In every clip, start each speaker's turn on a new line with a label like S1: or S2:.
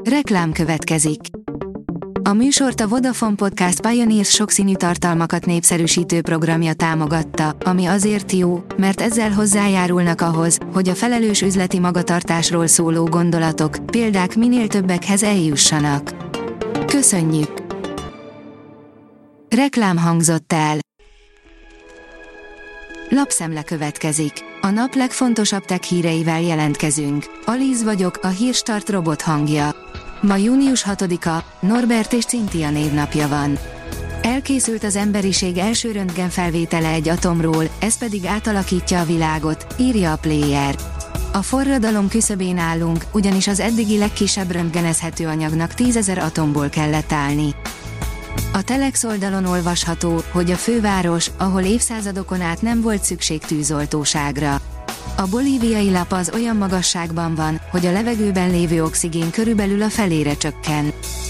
S1: Reklám következik. A műsort a Vodafone Podcast Pioneers sokszínű tartalmakat népszerűsítő programja támogatta, ami azért jó, mert ezzel hozzájárulnak ahhoz, hogy a felelős üzleti magatartásról szóló gondolatok, példák minél többekhez eljussanak. Köszönjük! Reklám hangzott el. Lapszemle következik. A nap legfontosabb tech híreivel jelentkezünk. Alíz vagyok, a Hírstart robot hangja. Ma június 6-a, Norbert és Cynthia névnapja van. Elkészült az emberiség első röntgenfelvétele egy atomról, ez pedig átalakítja a világot, írja a Player. A forradalom küszöbén állunk, ugyanis az eddigi legkisebb röntgenezhető anyagnak 10 000 atomból kellett állni. A Telex oldalon olvasható, hogy a főváros, ahol évszázadokon át nem volt szükség tűzoltóságra. A bolíviai La Paz olyan magasságban van, hogy a levegőben lévő oxigén körülbelül a felére csökken.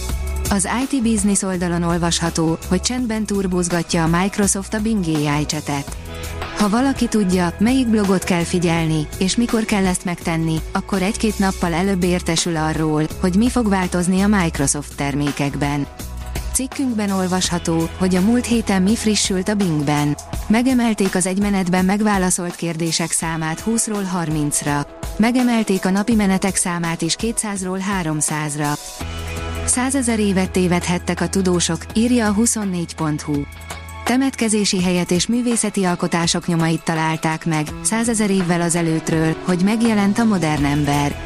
S1: Az IT Business oldalon olvasható, hogy csendben turbózgatja a Microsoft a Bing AI chatet. Ha valaki tudja, melyik blogot kell figyelni, és mikor kell ezt megtenni, akkor egy-két nappal előbb értesül arról, hogy mi fog változni a Microsoft termékekben. Cikkünkben olvasható, hogy a múlt héten mi frissült a Bingben. Megemelték az egymenetben megválaszolt kérdések számát 20-ról 30-ra. Megemelték a napi menetek számát is 200-ról 300-ra. 100 000 évet tévedhettek a tudósok, írja a 24.hu. Temetkezési helyet és művészeti alkotások nyomait találták meg, 100 000 évvel azelőttről, hogy megjelent a modern ember.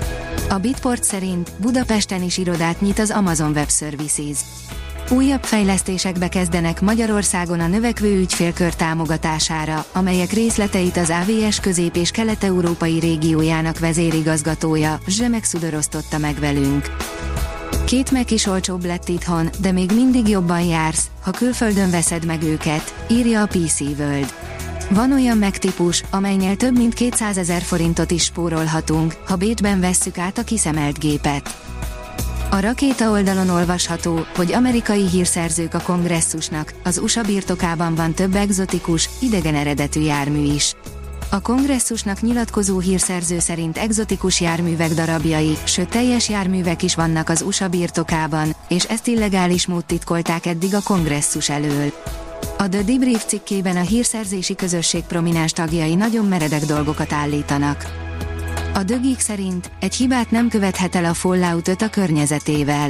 S1: A Bitport szerint Budapesten is irodát nyit az Amazon Web Services. Újabb fejlesztésekbe kezdenek Magyarországon a növekvő ügyfélkör támogatására, amelyek részleteit az AWS közép- és kelet-európai régiójának vezérigazgatója, Zsemek Szudor osztotta meg velünk. Két Mac is olcsóbb lett itthon, de még mindig jobban jársz, ha külföldön veszed meg őket, írja a PC World. Van olyan Mac típus, amelynél több mint 200 000 forintot is spórolhatunk, ha Bécsben vesszük át a kiszemelt gépet. A Rakéta oldalon olvasható, hogy amerikai hírszerzők a Kongresszusnak, az USA birtokában van több egzotikus, idegen eredetű jármű is. A Kongresszusnak nyilatkozó hírszerző szerint egzotikus járművek darabjai, sőt teljes járművek is vannak az USA birtokában, és ezt illegális mód titkolták eddig a Kongresszus elől. A The Debrief cikkében a hírszerzési közösség prominens tagjai nagyon meredek dolgokat állítanak. A The Geek szerint egy hibát nem követhet el a Fallout 5 a környezetével.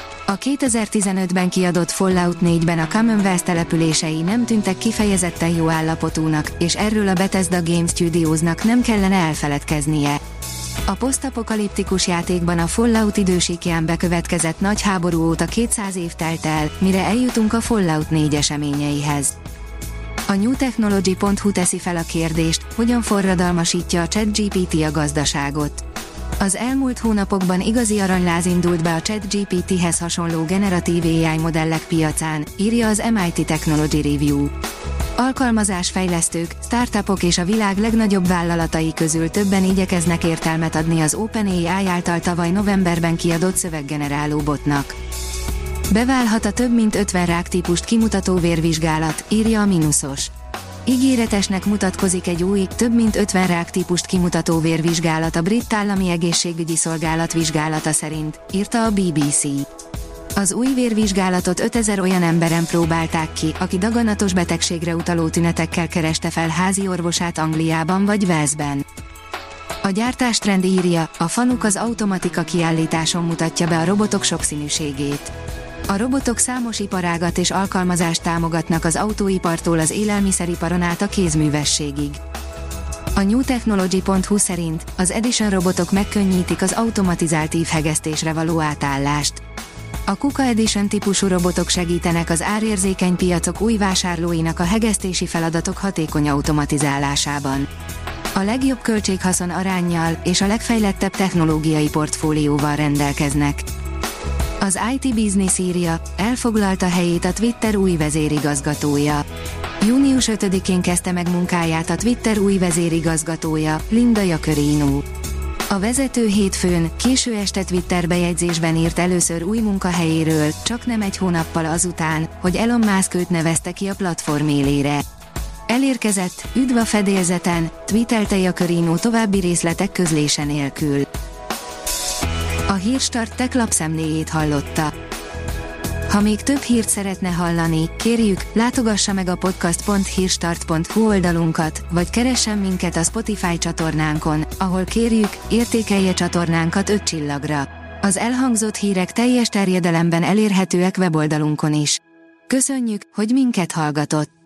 S1: A 2015-ben kiadott Fallout 4-ben a Commonwealth települései nem tűntek kifejezetten jó állapotúnak, és erről a Bethesda Game Studiosnak nem kellene elfeledkeznie. A posztapokaliptikus játékban a Fallout idősíkján bekövetkezett nagy háború óta 200 év telt el, mire eljutunk a Fallout 4 eseményeihez. A newtechnology.hu teszi fel a kérdést, hogyan forradalmasítja a ChatGPT a gazdaságot. Az elmúlt hónapokban igazi aranyláz indult be a ChatGPT-hez hasonló generatív AI modellek piacán, írja az MIT Technology Review. Alkalmazásfejlesztők, startupok és a világ legnagyobb vállalatai közül többen igyekeznek értelmet adni az OpenAI által tavaly novemberben kiadott szöveggeneráló botnak. Beválhat a több mint 50 ráktípust kimutató vérvizsgálat, írja a Minusos. Ígéretesnek mutatkozik egy új, több mint 50 ráktípust kimutató vérvizsgálat a Brit Állami Egészségügyi Szolgálat vizsgálata szerint, írta a BBC. Az új vérvizsgálatot 5000 olyan emberen próbálták ki, aki daganatos betegségre utaló tünetekkel kereste fel házi orvosát Angliában vagy Walesben. A gyártástrend írja, a Fanuc az automatika kiállításon mutatja be a robotok sokszínűségét. A robotok számos iparágat és alkalmazást támogatnak az autóipartól az élelmiszeriparon át a kézművességig. A newtechnology.hu szerint az Edition robotok megkönnyítik az automatizált ívhegesztésre való átállást. A KUKA Edition típusú robotok segítenek az árérzékeny piacok új vásárlóinak a hegesztési feladatok hatékony automatizálásában. A legjobb költség-haszon aránnyal és a legfejlettebb technológiai portfólióval rendelkeznek. Az IT Business írja, elfoglalta helyét a Twitter új vezérigazgatója. Június 5-én kezdte meg munkáját a Twitter új vezérigazgatója, Linda Yaccarino. A vezető hétfőn, késő este Twitter bejegyzésben írt először új munkahelyéről, csak nem egy hónappal azután, hogy Elon Musk őt nevezte ki a platform élére. Elérkezett, üdv a fedélzeten, tweetelte Yaccarino további részletek közlése nélkül. A Hírstart Tech lapszemléjét hallotta. Ha még több hírt szeretne hallani, kérjük, látogassa meg a podcast.hírstart.hu oldalunkat, vagy keressen minket a Spotify csatornánkon, ahol kérjük, értékelje csatornánkat 5 csillagra. Az elhangzott hírek teljes terjedelemben elérhetőek weboldalunkon is. Köszönjük, hogy minket hallgatott!